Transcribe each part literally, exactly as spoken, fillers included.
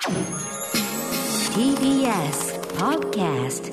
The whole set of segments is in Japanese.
ティービーエス Podcast。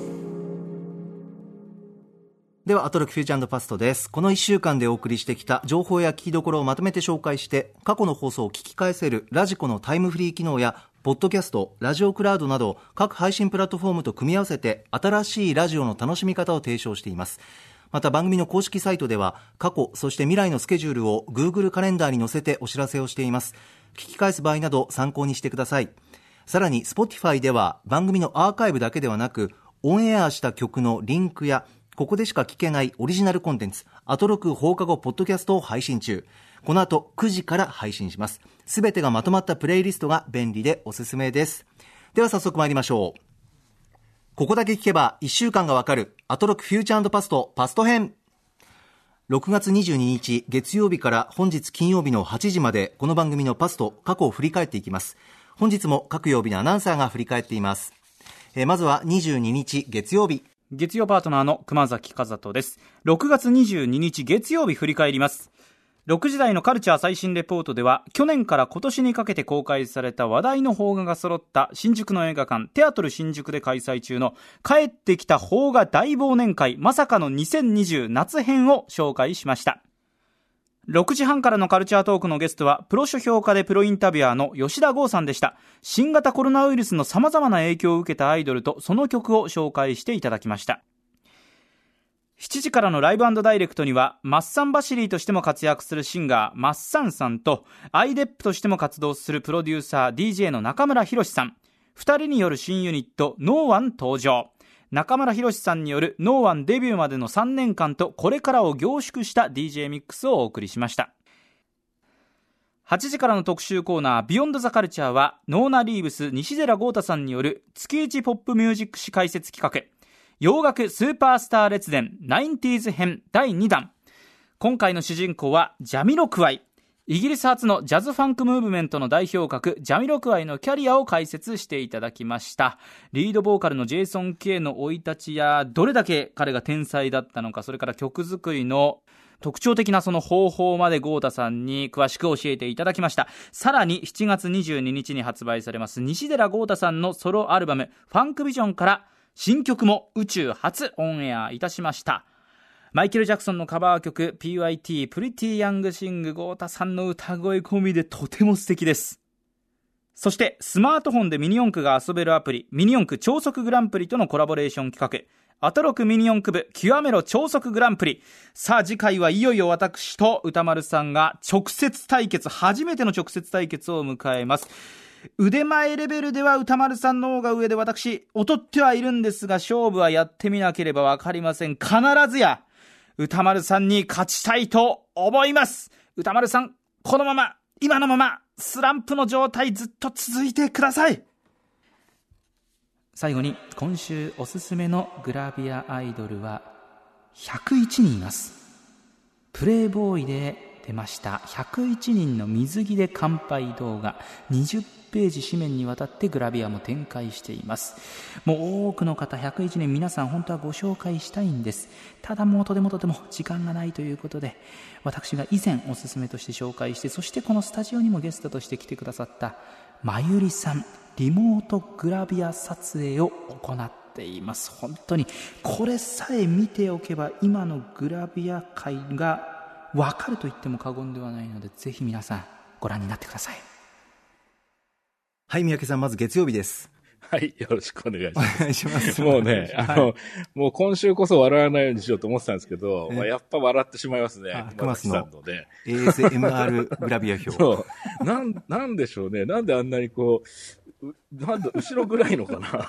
ではアトロックフューチャー&パストです。このいっしゅうかんでお送りしてきた情報や聞きどころをまとめて紹介して、過去の放送を聞き返せるラジコのタイムフリー機能やポッドキャスト、ラジオクラウドなど各配信プラットフォームと組み合わせて新しいラジオの楽しみ方を提唱しています。また番組の公式サイトでは過去そして未来のスケジュールを Google カレンダーに載せてお知らせをしています。聞き返す場合など参考にしてください。さらに Spotify では番組のアーカイブだけではなく、オンエアした曲のリンクやここでしか聞けないオリジナルコンテンツ、アトロク放課後ポッドキャストを配信中。この後くじから配信します。すべてがまとまったプレイリストが便利でおすすめです。では早速参りましょう。ここだけ聞けばいっしゅうかんがわかるアトロクフューチャー&パストパスト編。ろくがつにじゅうににち月曜日から本日金曜日のはちじまで、この番組のパスト過去を振り返っていきます。本日も各曜日のアナウンサーが振り返っています。えー、まずはにじゅうににち月曜日、 月曜パートナーの熊崎和人です。ろくがつにじゅうににち月曜日振り返ります。ろくじ台のカルチャー最新レポートでは、去年から今年にかけて公開された話題の邦画が揃った新宿の映画館テアトル新宿で開催中の帰ってきた邦画大忘年会まさかのにせんにじゅう夏編を紹介しました。ろくじはんからのカルチャートークのゲストはプロ書評家でプロインタビュアーの吉田剛さんでした。新型コロナウイルスの様々な影響を受けたアイドルとその曲を紹介していただきました。しちじからのライブ&ダイレクトにはマッサンバシリーとしても活躍するシンガーマッサンさんと、アイデップとしても活動するプロデューサー ディージェー の中村博さん、ふたりによる新ユニットノーワン登場。中村博さんによるノーワンデビューまでのさんねんかんとこれからを凝縮した ディージェー ミックスをお送りしました。はちじからの特集コーナービヨンドザカルチャーはノーナ・リーブス西寺豪太さんによる月一ポップミュージック史解説企画、洋楽スーパースター列伝 ナインティーズ 編だいにだん。今回の主人公はジャミロクワイ。イギリス発のジャズファンクムーブメントの代表格ジャミロクワイのキャリアを解説していただきました。リードボーカルのジェイソン・ケイの生い立ちや、どれだけ彼が天才だったのか、それから曲作りの特徴的なその方法まで豪太さんに詳しく教えていただきました。さらにしちがつにじゅうににちに発売されます西寺豪太さんのソロアルバムファンクビジョンから新曲も宇宙初オンエアいたしました。マイケル・ジャクソンのカバー曲 ピーワイティー プリティ・ヤング・シング、豪太さんの歌声込みでとても素敵です。そしてスマートフォンでミニ四駆が遊べるアプリミニ四駆超速グランプリとのコラボレーション企画、アトロクミニ四駆部極めろ超速グランプリ。さあ次回はいよいよ私と歌丸さんが直接対決、初めての直接対決を迎えます。腕前レベルでは歌丸さんの方が上で私劣ってはいるんですが、勝負はやってみなければわかりません。必ずや歌丸さんに勝ちたいと思います。歌丸さん、このまま今のままスランプの状態ずっと続いてください。最後に今週おすすめのグラビアアイドルはひゃくいちにんいます。プレイボーイで出ましたひゃくいちにんの水着で乾杯動画、にじゅっページ紙面にわたってグラビアも展開しています。もう多くの方ひゃくいちにん皆さん本当はご紹介したいんです。ただもうとてもとても時間がないということで、私が以前おすすめとして紹介して、そしてこのスタジオにもゲストとして来てくださったまゆりさん、リモートグラビア撮影を行っています。本当にこれさえ見ておけば今のグラビア界が分かると言っても過言ではないので、ぜひ皆さんご覧になってください。 はい、三宅さん、まず月曜日です。 はい、よろしくお願いします。 お願いします。 もうね、あの、はい、もう今週こそ笑わないようにしようと思ってたんですけど、まあ、やっぱ笑ってしまいますね。 クマスの エーエスエムアール グラビア表。 そう。なん、なんでしょうね。なんであんなにこう、うなんだ、後ろぐらいのかな。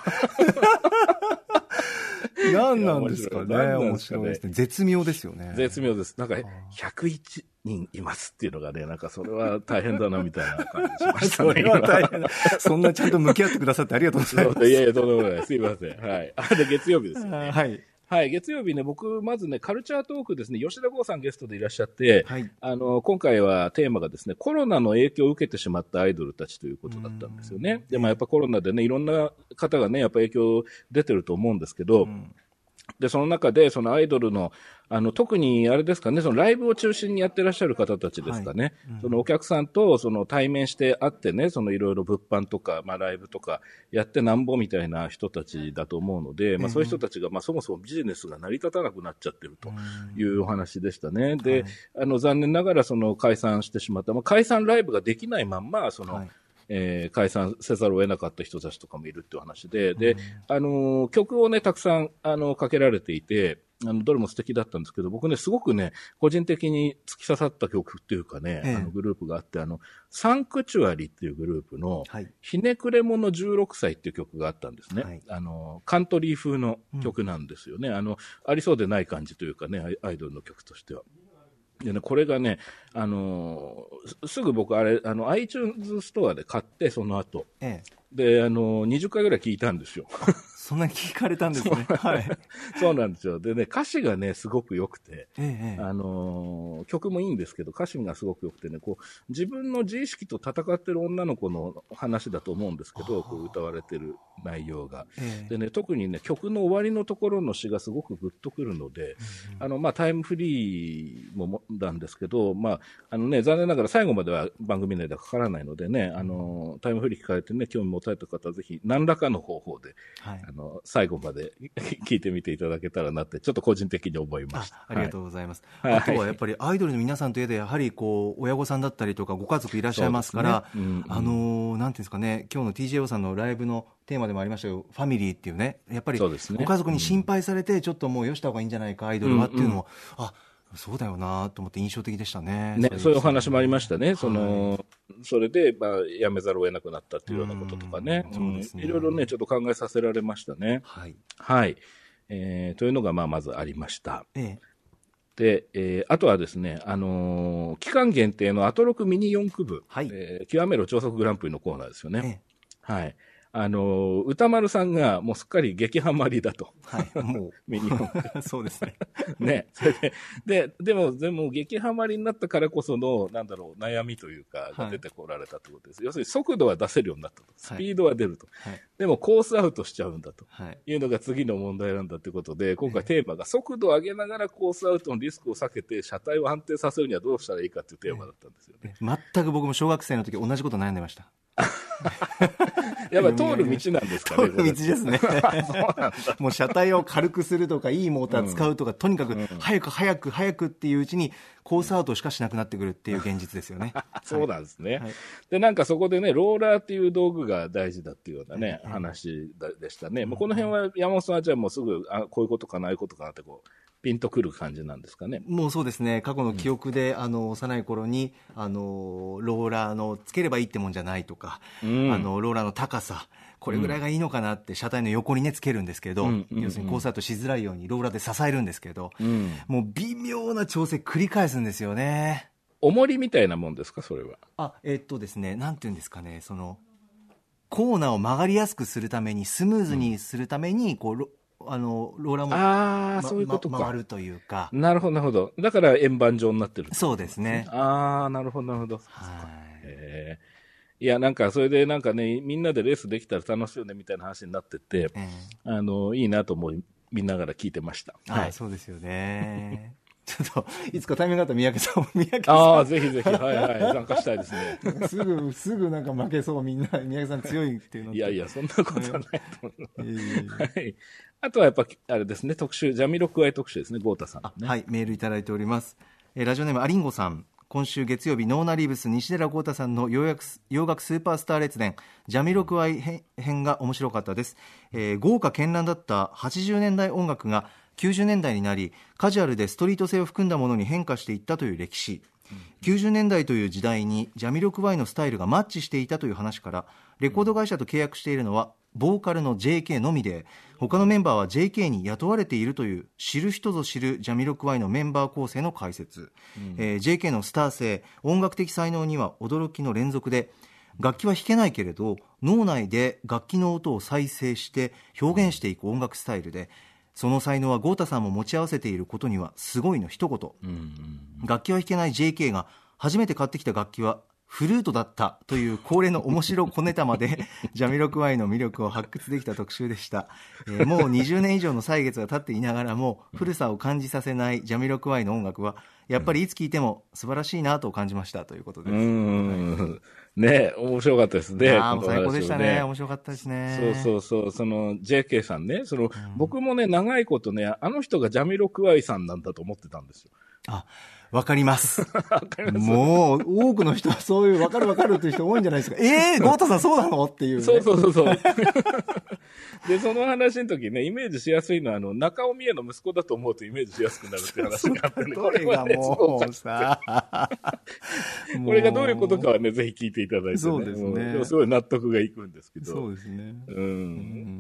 何なんですかね。面白いですね。絶妙ですよね。 絶妙です。なんかひゃくいちにんいますっていうのがね、なんかそれは大変だなみたいな感じしましたね。 それは大変だ。そんなちゃんと向き合ってくださってありがとうございます。 いやいや、とんでもない。すいません。はい。あ、で、月曜日ですよね。 はい。 はい、月曜日ね、僕、まずね、カルチャートークですね、吉田剛さんゲストでいらっしゃって、はい、あの、今回はテーマがですね、コロナの影響を受けてしまったアイドルたちということだったんですよね。でもやっぱコロナでね、いろんな方がね、やっぱ影響出てると思うんですけど、うん、 で、その中で、そのアイドルの、あの、特にあれですかね、そのライブを中心にやってらっしゃる方たちですかね。はい、うん、そのお客さんと、その対面して会ってね、そのいろいろ物販とか、まあライブとかやってなんぼみたいな人たちだと思うので、まあそういう人たちが、まあそもそもビジネスが成り立たなくなっちゃってるというお話でしたね。で、はい、あの、残念ながらその解散してしまった、まあ解散ライブができないまんま、その、はい、えー、解散せざるを得なかった人たちとかもいるっていう話で、で、うん、あのー、曲をね、たくさん、あの、かけられていて、あの、どれも素敵だったんですけど、僕ね、すごくね、個人的に突き刺さった曲っていうかね、ええ、あの、グループがあって、あの、サンクチュアリっていうグループの、はい、ひねくれ者じゅうろくさいっていう曲があったんですね。はい、あの、カントリー風の曲なんですよね。うん、あの、ありそうでない感じというかね、アイドルの曲としては。でね、これがね、あのー、すぐ僕あれ、あの、iTunes ストアで買って、その後。ええ、で、あのー、にじゅっかいぐらい聞いたんですよ。 そんなに聞かれたんですね。はい。 そうなんですよ。でね、歌詞がね、すごく良くて、ええ、あのー、曲もいいんですけど、歌詞がすごく良くてね、こう、自分の自意識と戦ってる女の子の話だと思うんですけど、こう歌われてる内容が。ええ、でね、特にね、曲の終わりのところの詩がすごくグッとくるので、うんうん、あの、まあ、タイムフリーもなんですけど、まあ、あのね、残念ながら最後までは番組内ではかからないのでね、あの、タイムフリー聞かれてね、興味持たれた方はぜひ何らかの方法で、はい、あの、最後まで聞いてみていただけたらなって、ちょっと個人的に思いました。 あ、ありがとうございます。はい、あとはやっぱりアイドルの皆さんといえば、やはりこう、親御さんだったりとか、ご家族いらっしゃいますから、ね、うんうん、あの、なんていうんですかね、今日の ティージェーオー さんのライブのテーマでもありましたけど、ファミリーっていうね、やっぱりご家族に心配されて、ちょっともうよした方がいいんじゃないか、アイドルはっていうのも、うんうん、あ、そうだよなと思って印象的でしたね。 ね、そういうお話もありましたね。はい、その、それで、まあ、辞めざるを得なくなったっていうようなこととかね。うん、そうですね。いろいろね、ちょっと考えさせられましたね。はい。はい。えー、というのが、まあ、まずありました。ええ、で、えー、あとはですね、あのー、期間限定のアトロクミニ四駆部、はい、えー、極めろ超速グランプリのコーナーですよね。ええ、はい。あの、歌丸さんがもうすっかり激ハマりだと。はい、もう。ミニ四駆。 そうですね。 ね。それで、で、でも、でも激ハマりになったからこその、なんだろう、悩みというか、が出てこられたってことです。はい、要するに速度は出せるようになったと。スピードは出ると。はい、でも、コースアウトしちゃうんだと。はい、いうのが次の問題なんだってことで、今回テーマが速度を上げながらコースアウトのリスクを避けて、車体を安定させるにはどうしたらいいかっていうテーマだったんですよね。 全く僕も小学生の時同じこと悩んでました。 やっぱり通る道なんですかね。 通る道ですね。そうなんだ。もう車体を軽くするとか、いいモーター使うとか、うん、とにかく早く早く早くっていううちに、コースアウトしかしなくなってくるっていう現実ですよね。 そうなんですね。はい、で、なんかそこでね、ローラーっていう道具が大事だっていうようなね、はい、話でしたね。うん、もうこの辺は山本さんはじゃあもうすぐ、あ、こういうことかな、ああいうことかなってこう、ピンとくる感じなんですかね。 もうそうですね。過去の記憶で、うん、あの幼い頃にあのローラーのつければいいってもんじゃないとか、うん、あのローラーの高さこれぐらいがいいのかなって車体の横にねつけるんですけど、うん、要するにコースアウトしづらいようにローラーで支えるんですけど、うん、もう微妙な調整繰り返すんですよね。 重りみたいなもんですか、それは。 あ、えー、っとですね、なんていうんですかね、そのコーナーを曲がりやすくするためにスムーズにするためにこう、うんあのローラーもあ、ま、そういうことか、 ま、回るというか。 なるほどなるほど。だから円盤状になってる、ね、 そうですね。 ああ、なるほどなるほど。はい。えー、いやなんかそれでなんかねみんなでレースできたら楽しいよねみたいな話になってて、えー、あのいいなと思い見ながら聞いてました。 はい、そうですよね。ちょっといつかタイミングがあったら三宅さんも三宅さんああぜひぜひはいはい参加したいですね。 すぐすぐなんか負けそうみんな三宅さん強いっていうのいやいやそんなことはないと思う、えーはい、あとはやっぱあれですね特集ジャミロクワイ特集ですね豪太さん、ね、 はいメールいただいております、えー、ラジオネームアリンゴさん今週月曜日ノーナリーブス西寺豪太さんの洋楽、洋楽スーパースター列伝ジャミロクワイ編が面白かったです、えー、豪華絢爛だったはちじゅうねんだい音楽がきゅうじゅうねんだいになりカジュアルでストリート性を含んだものに変化していったという歴史、うん、きゅうじゅうねんだいという時代にジャミロクワイのスタイルがマッチしていたという話からレコード会社と契約しているのはボーカルの ジェーケー のみで他のメンバーは ジェーケー に雇われているという知る人ぞ知るジャミロクワイのメンバー構成の解説、うんえー、ジェーケー のスター性音楽的才能には驚きの連続で楽器は弾けないけれど脳内で楽器の音を再生して表現していく音楽スタイルでその才能は豪太さんも持ち合わせていることにはすごいの一言、うんうんうん、楽器は弾けない ジェーケー が初めて買ってきた楽器はフルートだったという恒例の面白小ネタまでジャミロクワイの魅力を発掘できた特集でした、えー、もうにじゅうねん以上の歳月が経っていながらも古さを感じさせないジャミロクワイの音楽はやっぱりいつ聴いても素晴らしいなと感じましたということです。 うん、ね、面白かったですね。 あ、最高でしたね。面白かったですね。 そうそうそう、その ジェーケー さんね、その、うん、僕もね、長いことね、あの人がジャミロクワイさんなんだと思ってたんですよ。 あ、わかります。もう、多くの人はそういう、わかるわかるっていう人多いんじゃないですか。ええー、ゴータさんそうなのっていう、ね。 そうそうそうそう。で、その話の時ね、イメージしやすいのは、あの、中尾美恵の息子だと思うとイメージしやすくなるっていう話があってね。 これがもうさ、 これがどういうことかはね、ぜひ聞いていただいてね。 そうですね。 でもすごい納得がいくんですけど。 そうですね。 うん。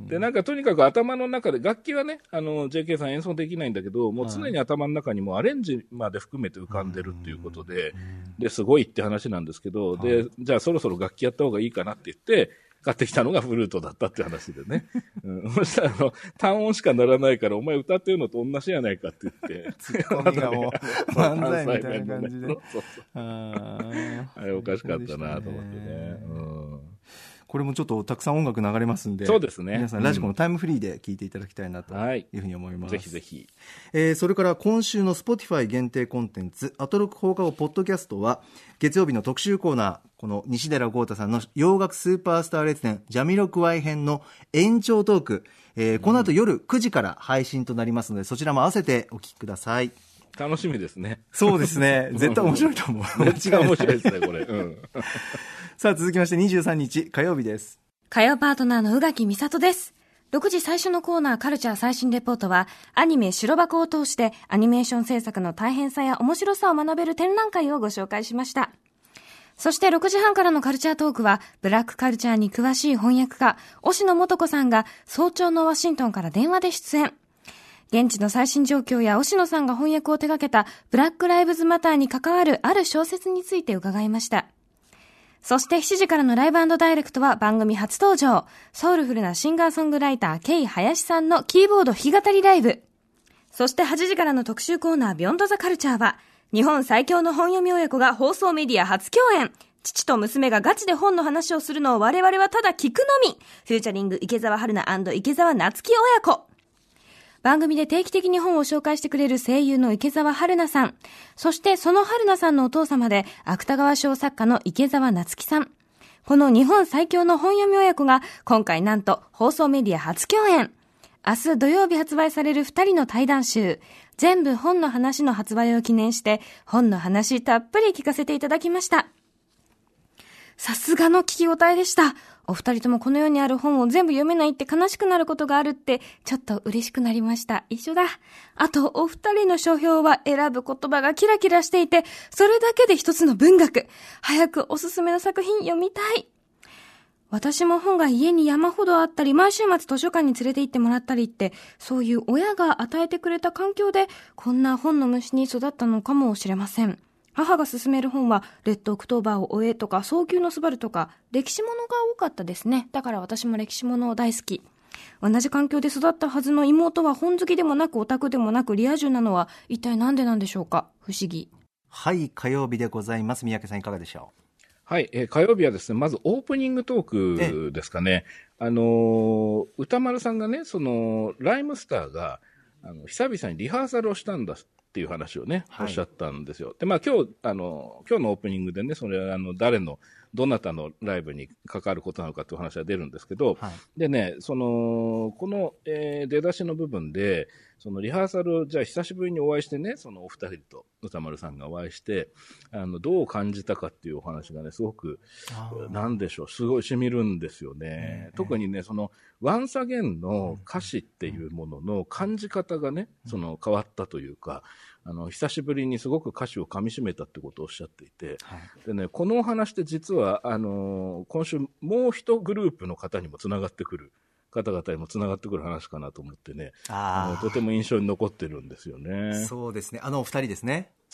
で、なんかとにかく頭の中で、楽器はね、あの、ジェーケー さん演奏できないんだけど、もう常に頭の中にもアレンジまで含めて浮かんでるっていうことで、で、すごいって話なんですけど、で、じゃあそろそろ楽器やった方がいいかなって言って、買ってきたのがフルートだったって話でね。うん、そしたらあの、単音しかならないから、お前歌ってるのと同じやないかって言って。 ツッコミがもう、漫才みたいな感じで。そうそうそう。 あ, あれおかしかったなと思ってね。うん、 これもちょっとたくさん音楽流れますんで、 そうですね。 皆さんラジコのタイムフリーで聴いていただきたいなというふうに思います。 はい、ぜひぜひ。 えー、それから今週の Spotify 限定コンテンツ、アトロック放課後ポッドキャストは、月曜日の特集コーナー、この西寺豪太さんの洋楽スーパースター列伝ジャミロクワイ編の延長トーク、えー、この後夜くじから配信となりますので、そちらも合わせてお聞きください。 楽しみですね。 そうですね。絶対面白いと思う。 絶対面白いですね、これ。うん、 さあ続きましてにじゅうさんにち火曜日です。 火曜パートナーの宇垣美里です。ろくじ最初のコーナーカルチャー最新レポートは、アニメ白箱を通してアニメーション制作の大変さや面白さを学べる展覧会をご紹介しました。そしてろくじはんからのカルチャートークは、ブラックカルチャーに詳しい翻訳家、押野素子さんが早朝のワシントンから電話で出演。現地の最新状況や押野さんが翻訳を手掛けたブラックライブズマターに関わるある小説について伺いました。そしてしちじからのライブ&ダイレクトは番組初登場、ソウルフルなシンガーソングライター、ケイ林さんのキーボード弾き語りライブ。そしてはちじからの特集コーナービヨンドザカルチャーは、日本最強の本読み親子が放送メディア初共演。父と娘がガチで本の話をするのを我々はただ聞くのみ。フューチャリング池澤春菜&池澤夏樹親子。番組で定期的に本を紹介してくれる声優の池澤春菜さん。そしてその春菜さんのお父様で芥川賞作家の池澤夏樹さん。この日本最強の本読み親子が今回なんと放送メディア初共演。明日土曜日発売されるふたりの対談集、全部本の話の発売を記念して本の話たっぷり聞かせていただきました。さすがの聞き応えでした。お二人ともこの世にある本を全部読めないって悲しくなることがあるってちょっと嬉しくなりました。一緒だ。あとお二人の書評は選ぶ言葉がキラキラしていて、それだけで一つの文学。早くおすすめの作品読みたい。私も本が家に山ほどあったり、毎週末図書館に連れて行ってもらったりって、そういう親が与えてくれた環境でこんな本の虫に育ったのかもしれません。母が勧める本はレッドオクトーバーを終えとか早急のスバルとか歴史ものが多かったですね。だから私も歴史ものを大好き。同じ環境で育ったはずの妹は本好きでもなくオタクでもなくリア充なのは一体なんでなんでしょうか。不思議。 はい、火曜日でございます。三宅さんいかがでしょう。 はい、えー、火曜日はですね、まずオープニングトークですかね。あのー、歌丸さんがね、そのライムスターがあの久々にリハーサルをしたんだっていう話をね、おっしゃったんですよ。はい、で、まあ今日、あの、今日のオープニングでね、それはあの、誰の、どなたのライブに関わることなのかという話が出るんですけど、はい、でね、その、この、えー、出だしの部分で、そのリハーサルを、じゃあ久しぶりにお会いしてね、そのお二人と歌丸さんがお会いして、あの、どう感じたかっていうお話がね、すごく、なんでしょう、すごい染みるんですよね。特にね、その、Once Againの歌詞っていうものの感じ方がね、その変わったというか、あの、久しぶりにすごく歌詞を噛み締めたってことをおっしゃっていて、はい、でね、このお話って実は、あのー、今週もう一グループの方にもつながってくる、方々にもつながってくる話かなと思ってね、ああのとても印象に残ってるんですよね。 そうですね。あのお二人ですね。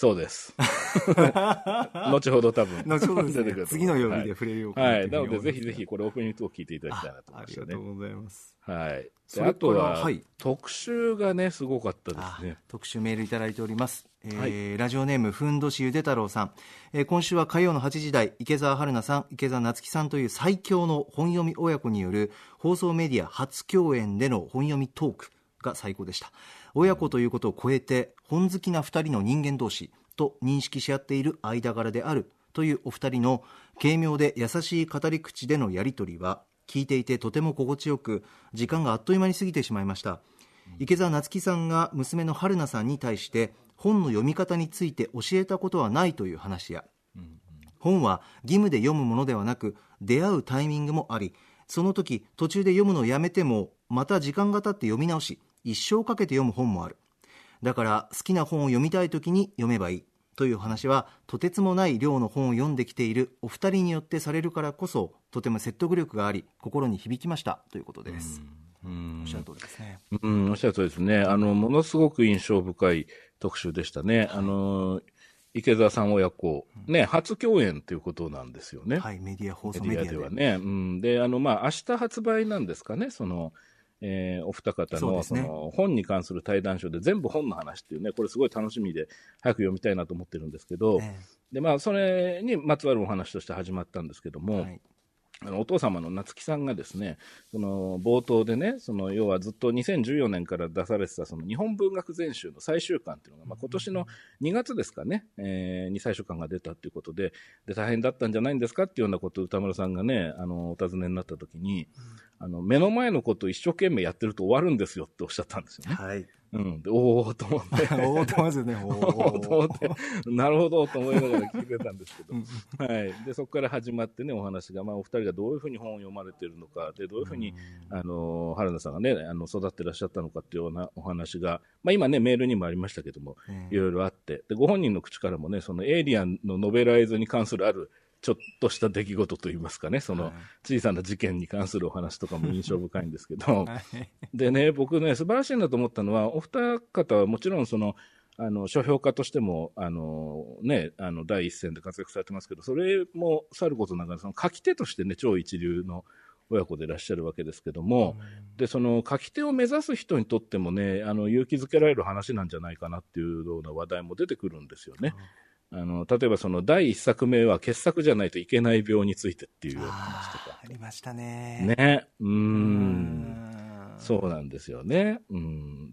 そうです。後ほど多分。 後ほどですね、次の曜日で触れようかなとはい。なので、ぜひぜひこれオープニングトーク聞いていただきたいなと思いましたね。 ありがとうございます。 はい。 であとは、 はい、 特集がね、すごかったですね。 特集メールいただいております。えーはい、 ラジオネームふんどしゆで太郎さん、えー、今週は火曜のはちじ台、池澤春菜さん、池澤夏樹さんという最強の本読み親子による放送メディア初共演での本読みトークが最高でした。親子ということを超えて本好きなふたりの人間同士と認識し合っている間柄であるというお二人の軽妙で優しい語り口でのやり取りは聞いていてとても心地よく、時間があっという間に過ぎてしまいました。池澤夏樹さんが娘の春菜さんに対して本の読み方について教えたことはないという話や、本は義務で読むものではなく出会うタイミングもあり、その時途中で読むのをやめてもまた時間が経って読み直し一生かけて読む本もある。だから好きな本を読みたい時に読めばいいという話は、とてつもない量の本を読んできているお二人によってされるからこそとても説得力があり心に響きましたということです。うん、おっしゃる通りですね。 うん、おっしゃる通りですね。あのものすごく印象深い特集でしたね。はい、あの池澤さん親子、ね、初共演ということなんですよね。 はい、メディア放送メディアではね。うん、で、あのまあ明日発売なんですかね。そのえー、お二方 の, そ、ね、その本に関する対談集で全部本の話っていうね、これすごい楽しみで早く読みたいなと思ってるんですけど、えー、でまあそれにまつわるお話として始まったんですけども、はい、あのお父様の夏樹さんがですね、その冒頭でね、その要はずっとにせんじゅうよねんから出されてたその日本文学全集の最終巻っていうのが、まあ、今年のにがつですかね、えー、に最終巻が出たっていうことで、で大変だったんじゃないんですかっていうようなことを歌村さんがね、あのお尋ねになった時に、うん、あの目の前のことを一生懸命やってると終わるんですよっておっしゃったんですよね。はい。うん、でおーと思って。 おーと思いますよね。おーと思って。なるほどと思いながら聞いてたんですけど。はい。で、そこから始まってね、お話が、まあ、お二人がどういうふうに本を読まれているのか、で、どういうふうに、あの、春菜さんがね、あの、育ってらっしゃったのかっていうようなお話が、まあ、今ね、メールにもありましたけども、いろいろあって、で、ご本人の口からもね、そのエイリアンのノベライズに関するある、ちょっとした出来事といいますかね、その小さな事件に関するお話とかも印象深いんですけど、でね、僕ね、素晴らしいなと思ったのは、お二方はもちろんその、あの書評家としてもあの、ね、あの第一線で活躍されてますけど、それもさることながら、その書き手としてね、超一流の親子でいらっしゃるわけですけども、でその書き手を目指す人にとってもね、あの勇気づけられる話なんじゃないかなっていうような話題も出てくるんですよね。あの例えばそのだいいっさくめは傑作じゃないといけない病についてっていうような話とかあ, ありましたね。 ね、うーん、そうなんですよね。うん、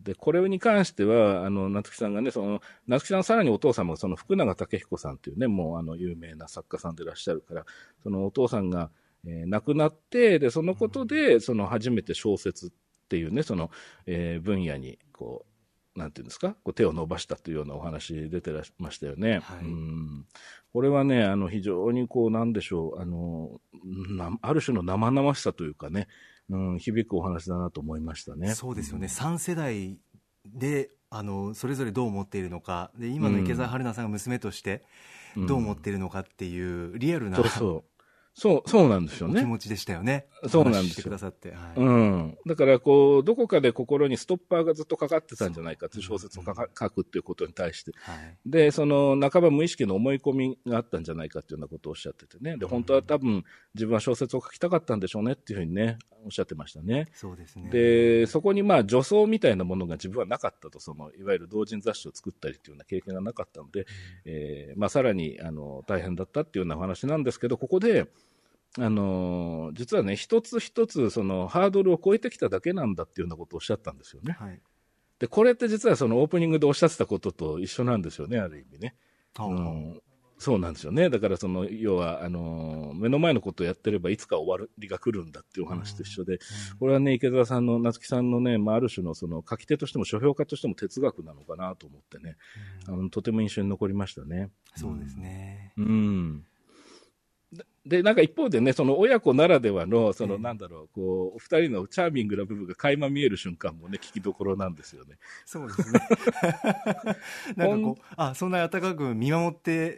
でこれに関してはあの夏木さんがね、その夏木さんはさらにお父様がその福永武彦さんというね、もうあの有名な作家さんでいらっしゃるから、そのお父さんが、えー、亡くなって、でそのことでその初めて小説っていうね、その、えー、分野にこうなんていうんですか、こう手を伸ばしたというようなお話出てらっしゃいましたよね。はい、うん、これはね、あの非常にこうなんでしょう、あのある種の生々しさというかね、うん、響くお話だなと思いましたね。 そうですよね。さん世代であのそれぞれどう思っているのか、で今の池澤春菜さんが娘としてどう思っているのかっていうリアルな、 うん、そうそうそう、そうなんですよね。 お気持ちでしたよね。 そうなんですよ。 してくださって。はい、 うん。だから、こう、どこかで心にストッパーがずっとかかってたんじゃないかという小説を書くっていうことに対して。はい、で、その、半ば無意識の思い込みがあったんじゃないかっていうようなことをおっしゃっててね。で、本当は多分、自分は小説を書きたかったんでしょうねっていうふうにね、おっしゃってましたね。 そうですね。 で、そこにまあ、助走みたいなものが自分はなかったと、その、いわゆる同人雑誌を作ったりっていうような経験がなかったので、うん、えー、まあ、さらに、あの、大変だったっていうようなお話なんですけど、ここで、あの実はね、一つ一つそのハードルを超えてきただけなんだっていうようなことをおっしゃったんですよね。はい、でこれって実はそのオープニングでおっしゃってたことと一緒なんですよね、ある意味ね。うん、そうなんですよね。だからその要はあの目の前のことをやってればいつか終わりが来るんだっていうお話と一緒で、うんうん、これはね、池澤さんの夏木さんのね、まあ、ある種のその書き手としても書評家としても哲学なのかなと思ってね、うん、あのとても印象に残りましたね。 そうですね。 うん。 で、なんか一方でね、その親子ならではの、そのなんだろう、こう、お二人のチャーミングな部分が垣間見える瞬間もね、聞きどころなんですよね。 そうですね。なんかこう、あ、そんな温かく見守って、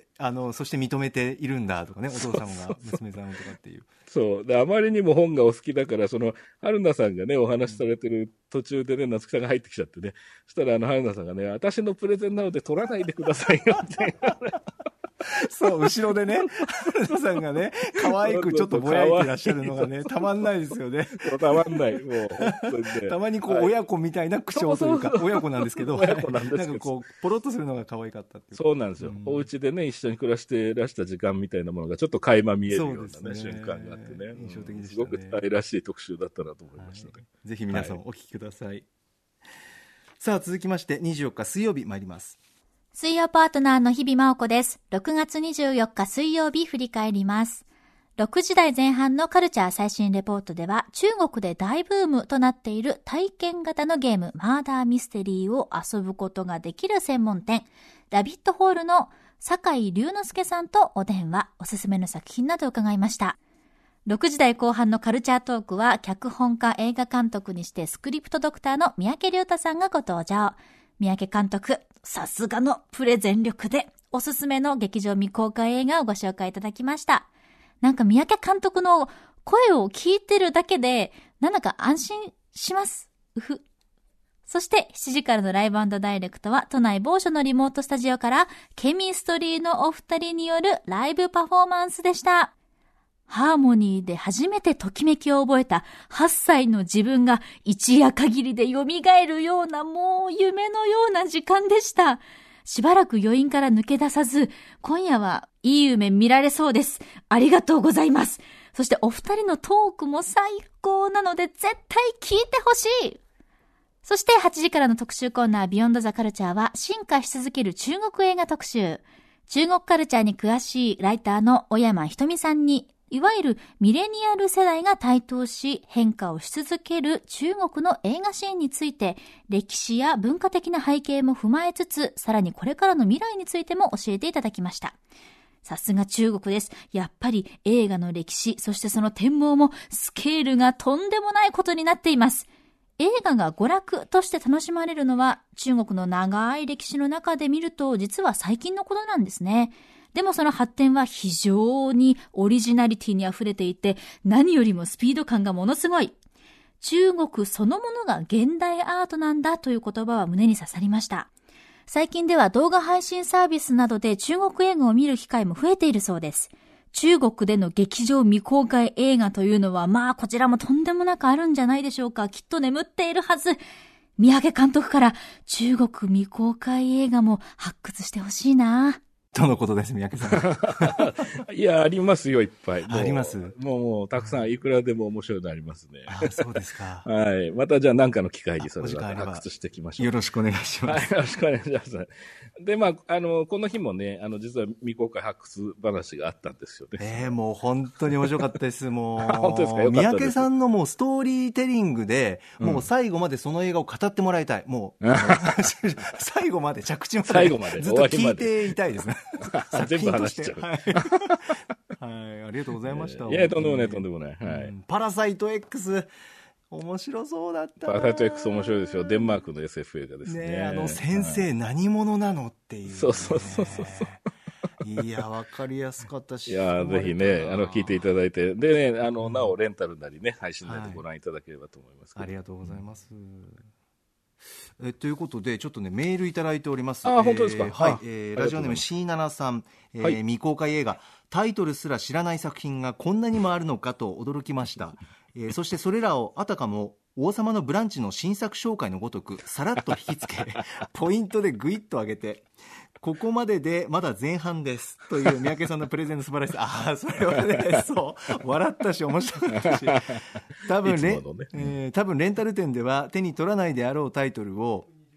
あの、そして認めているんだとかね、お父様が娘さんとかっていう。 そう。で、あまりにも本がお好きだから、その、春菜さんがね、お話しされてる途中でね、夏木さんが入ってきちゃってね、そしたらあの、春菜さんがね、私のプレゼンなので取らないでくださいよって。 そう、後ろでね、春菜さんがね、可愛くちょっとぼやいてらっしゃるのがね、たまんないですよね。 たまんない。もう、本当にね。 たまにこう、はい、親子みたいな口調というか、親子なんですけど、 親子なんですけど、 なんかこう、ポロッとするのが可愛かったっていう。 そうなんですよ。うん、お家でね、一緒に暮らしてらした時間みたいなものがちょっと垣間見えるようなね、ね瞬間があってね。 印象的でしたね。 すごく愛らしい特集だったなと思いましたね。はい、 ぜひ皆さんお聞きください。はい、さあ、続きまして、にじゅうよっか水曜日参ります。 水曜パートナーの日々真央子です。ろくがつにじゅうよっか水曜日振り返ります。ろくじ台前半のカルチャー最新レポートでは、中国で大ブームとなっている体験型のゲームマーダーミステリーを遊ぶことができる専門店、ラビットホールの酒井隆之介さんとお電話、おすすめの作品などを伺いました。ろくじ台後半のカルチャートークは、脚本家映画監督にしてスクリプトドクターの三宅龍太さんがご登場。三宅監督、さすがのプレゼン力でおすすめの劇場未公開映画をご紹介いただきました。なんか三宅監督の声を聞いてるだけでなんだか安心します。うふ。そしてしちじからのライブ&ダイレクトは都内某所のリモートスタジオからケミストリーのお二人によるライブパフォーマンスでした。ハーモニーで初めてときめきを覚えたはっさいの自分が一夜限りで蘇るようなもう夢のような時間でした。しばらく余韻から抜け出さず、今夜はいい夢見られそうです。ありがとうございます。そしてお二人のトークも最高なので絶対聞いてほしい。そしてはちじからの特集コーナービヨンドザカルチャーは進化し続ける中国映画特集。中国カルチャーに詳しいライターの小山ひとみさんに、いわゆるミレニアル世代が台頭し変化をし続ける中国の映画シーンについて歴史や文化的な背景も踏まえつつ、さらにこれからの未来についても教えていただきました。さすが中国です。やっぱり映画の歴史、そしてその展望もスケールがとんでもないことになっています。映画が娯楽として楽しまれるのは中国の長い歴史の中で見ると実は最近のことなんですね。でもその発展は非常にオリジナリティにあふれていて、何よりもスピード感がものすごい。中国そのものが現代アートなんだという言葉は胸に刺さりました。最近では動画配信サービスなどで中国映画を見る機会も増えているそうです。中国での劇場未公開映画というのは、まあこちらもとんでもなくあるんじゃないでしょうか。きっと眠っているはず。三宅監督から中国未公開映画も発掘してほしいな。 とのことです、三宅さん。いや、ありますよ、いっぱい。 あります。 もう、もう、たくさん、いくらでも面白いのありますね。 あ、そうですか。 はい。また、じゃあ、何かの機会にそれを発掘していきましょう。 よろしくお願いします。 はい、よろしくお願いします。で、まあ、あの、この日もね、あの、実は未公開発掘話があったんですよね。 ええー、もう本当に面白かったです。もう。 本当ですか。よかったです。 三宅さんのもうストーリーテリングで、もう最後までその映画を語ってもらいたい。もう、最後まで、着地まで。 最後まで。 ずっと聞いていたいですね。 全部話しちゃう。 はい。はい。ありがとうございました。 いや、とんでもない、とんでもない。はい。 パラサイト X、面白そうだった。 パラサイト X 面白いですよ。デンマークの エスエフ 映画ですね。 ね、あの、先生何者なのっていう。 そうそうそうそう。 いや、わかりやすかったし。 いや、ぜひね、あの、聞いていただいて。でね、あの、なお、レンタルなりね、配信なりでご覧いただければと思います。 ありがとうございます。えということでちょっとねメールいただいております。 あ、本当ですか。 はい、えー、ラジオネーム シーなな さん、えーはい、未公開映画タイトルすら知らない作品がこんなにもあるのかと驚きました。えー、そしてそれらをあたかも王様のブランチの新作紹介のごとくさらっと引きつけポイントでグイッと上げて、ここまででまだ前半ですという三宅さんのプレゼンの素晴らしさ。ああ、それはね、そう笑ったし面白かったし、多分レ、ねえー、多分レンタル店では手に取らないであろうタイトルを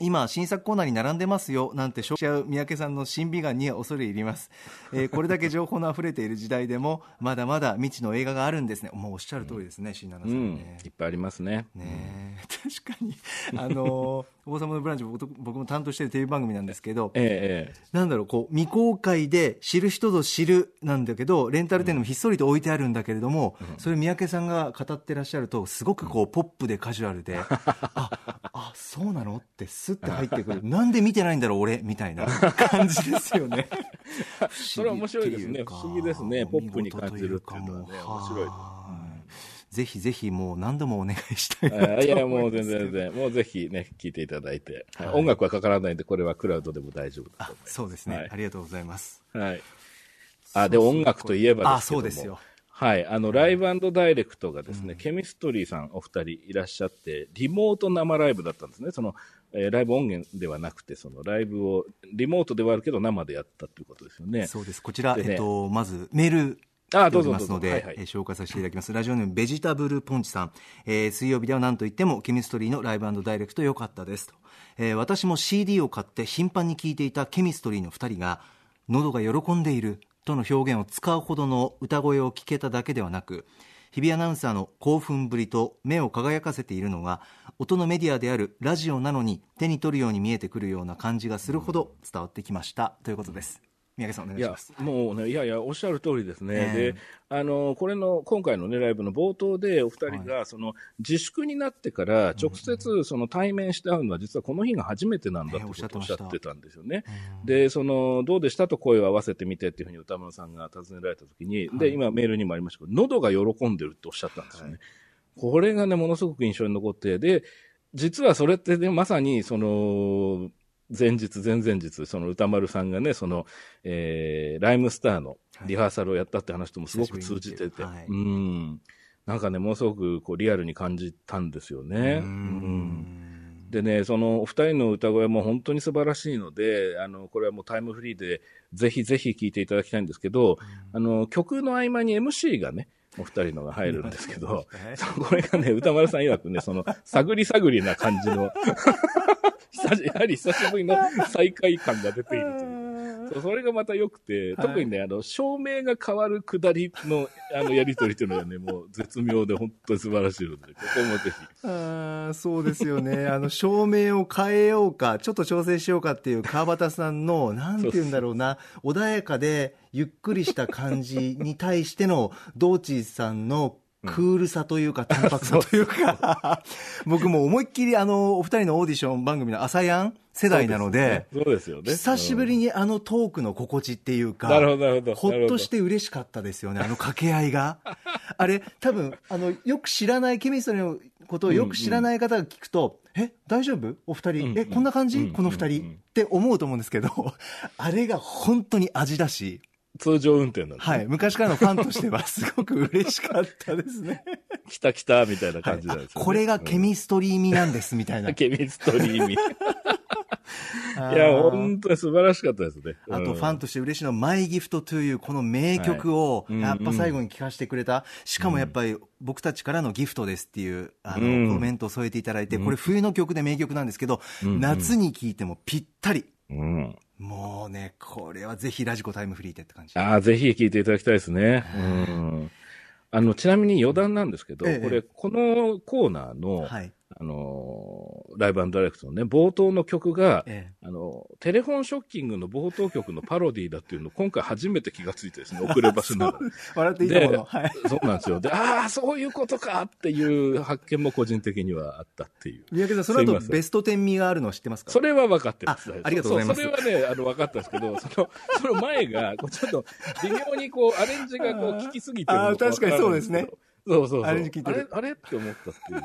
今新作コーナーに並んでますよなんてしょっちゃう三宅さんの審美眼には恐れ入ります、えー、これだけ情報のあふれている時代でもまだまだ未知の映画があるんですね。もうおっしゃる通りですね、椎名さんね、 うん、いっぱいありますね。 ね、確かにあの王様のブランチ 僕, 僕も担当しているテレビ番組なんですけど、 ええ、 なんだろう、こう未公開で知る人ぞ知るなんだけどレンタル店でもひっそりと置いてあるんだけれども、うん、それ三宅さんが語ってらっしゃるとすごくこうポップでカジュアルでああそうなのってスッて入ってくるなんで見てないんだろう俺みたいな感じですよねそれは面白いですね。不思議ですね。ポップに感じるっていうのはね、面白い。 ぜひぜひもう何度もお願いしたいなと思います。 いやもう全然全然もうぜひね聞いていただいて、はい、音楽はかからないんでこれはクラウドでも大丈夫だと思います。 あ、そうですね、はい、ありがとうございます。 はい。あで音楽といえばですけども、あそうですよ。はい、あのライブ&ダイレクトがですね、うん、ケミストリーさんお二人いらっしゃってリモート生ライブだったんですね。その、えー、ライブ音源ではなくてそのライブをリモートではあるけど生でやったということですよね。 そうです。こちら、ね、えっとまずメールあどうぞますので、はいはい、えー、紹介させていただきます。ラジオネームベジタブルポンチさん、えー、水曜日では何といってもケミストリーのライブ&ダイレクト良かったですと、えー、私も シーディー を買って頻繁に聴いていたケミストリーのふたりが喉が喜んでいるとの表現を使うほどの歌声を聞けただけではなく、日比アナウンサーの興奮ぶりと目を輝かせているのが音のメディアであるラジオなのに手に取るように見えてくるような感じがするほど伝わってきましたということです。三宅さんお願いします。 いやもうね、いやいやおっしゃる通りですね、えー、であのこれの今回の、ね、ライブの冒頭でお二人が、はい、その自粛になってから直接その対面して会うのは実はこの日が初めてなんだということをおっしゃってたんですよね、えー、でそのどうでしたと声を合わせてみてっていうふうに歌丸さんが尋ねられたときに、はい、で今メールにもありましたけど喉が喜んでるっておっしゃったんですよね、はい、これがねものすごく印象に残って、で実はそれって、ね、まさにその前日前々日その歌丸さんがねその、えー、ライムスターのリハーサルをやったって話ともすごく通じてて、はい、うんなんかねものすごくこうリアルに感じたんですよね。うんうんでねそのお二人の歌声も本当に素晴らしいので、あのこれはもうタイムフリーでぜひぜひ聴いていただきたいんですけど、あの曲の合間に エムシー がねお二人のが入るんですけどこれがね歌丸さん曰くねその探り探りな感じのやはり久しぶりの再会感が出ているというそうそれがまた良くて、特にねあの照明が変わる下りのあのやり取りというのがねもう絶妙で本当に素晴らしいのでここもぜひ。 あそうですよねあの照明を変えようかちょっと調整しようかっていう川端さんのなんて言うんだろうな穏やかでゆっくりした感じに対しての道地さんのクールさというか淡白さというか僕も思いっきりあのお二人のオーディション番組の朝やん世代なので、 そうですよね。 久しぶりにあのトークの心地っていうか、 なるほどなるほど、 ほっとして嬉しかったですよねあの掛け合いがあれ多分あのよく知らないケミストリーのことをよく知らない方が聞くと、うんうん、え大丈夫お二人、うんうん、えこんな感じ、うんうん、この二人、うんうん、って思うと思うんですけどあれが本当に味だし通常運転なんです、ね、 はい、昔からのファンとしてはすごく嬉しかったですね来た来たみたいな感じなんですよね、 はい、これがケミストリー味なんですみたいなケミストリー味いや本当に素晴らしかったですね。 あとファンとして嬉しいのはマイギフトというこの名曲をやっぱ最後に聴かせてくれた、はい、しかもやっぱり僕たちからのギフトですっていうあの、うん、コメントを添えていただいて、これ冬の曲で名曲なんですけど、うん、夏に聴いてもぴったり、うん、もうねこれはぜひラジコタイムフリーでって感じ。 あぜひ聴いていただきたいですね、うんあのちなみに余談なんですけど、ええ、これこのコーナーの、はいあのライブ&ダイレクトのね冒頭の曲が、ええ、あのテレフォンショッキングの冒頭曲のパロディーだっていうのを今回初めて気がついてですね遅ればせながら笑っていいと思うの、はい、 そうなんですよ。でああそういうことかっていう発見も個人的にはあったっていう。 三宅さんその後ベストテン味があるの知ってますか？ それは分かってます。 あ, ありがとうございます。 そ, それはねあの分かったんですけどそのその前がこうちょっと微妙にこうアレンジがこう効きすぎてるのか分からないんですけど。あ確かにそうですね。そうそうそう。あれ聞いてる。あれあれって思ったっていう。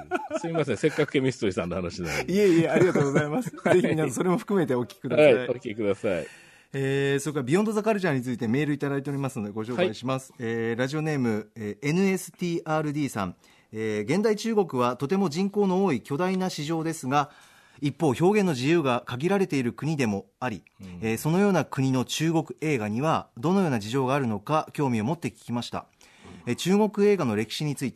すみません。せっかくケミストリーさんの話なので。 いえいえ、ありがとうございます。ぜひ皆さんそれも含めてお聞きください。 はい、お聞きください。 えー、それからビヨンドザカルチャーについてメールいただいておりますのでご紹介します。はい、えー、ラジオネーム、えー、エヌエスティーアールディー さん、えー。現代中国はとても人口の多い巨大な市場ですが、一方表現の自由が限られている国でもあり、うんえー、そのような国の中国映画にはどのような事情があるのか興味を持って聞きました。中国映画の歴史について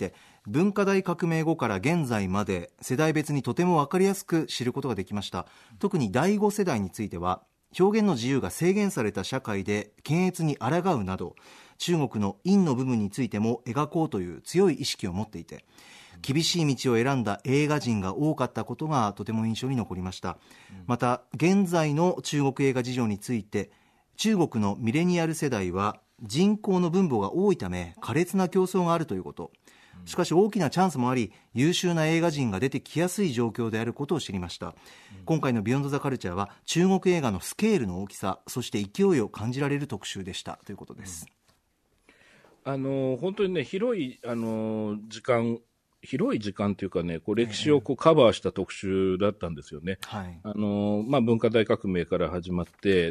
文化大革命後から現在まで世代別にとても分かりやすく知ることができました。特にだいご世代については表現の自由が制限された社会で検閲に抗うなど中国の陰の部分についても描こうという強い意識を持っていて、厳しい道を選んだ映画人が多かったことがとても印象に残りました。また現在の中国映画事情について、中国のミレニアル世代は人口の分母が多いため苛烈な競争があるということ、しかし大きなチャンスもあり優秀な映画人が出てきやすい状況であることを知りました。今回のビヨンドザカルチャーは中国映画のスケールの大きさ、そして勢いを感じられる特集でしたということです。 あの本当にね、広いあの時間広い時間というかね、こう歴史をこうカバーした特集だったんですよね。はい、あのまあ、文化大革命から始まって、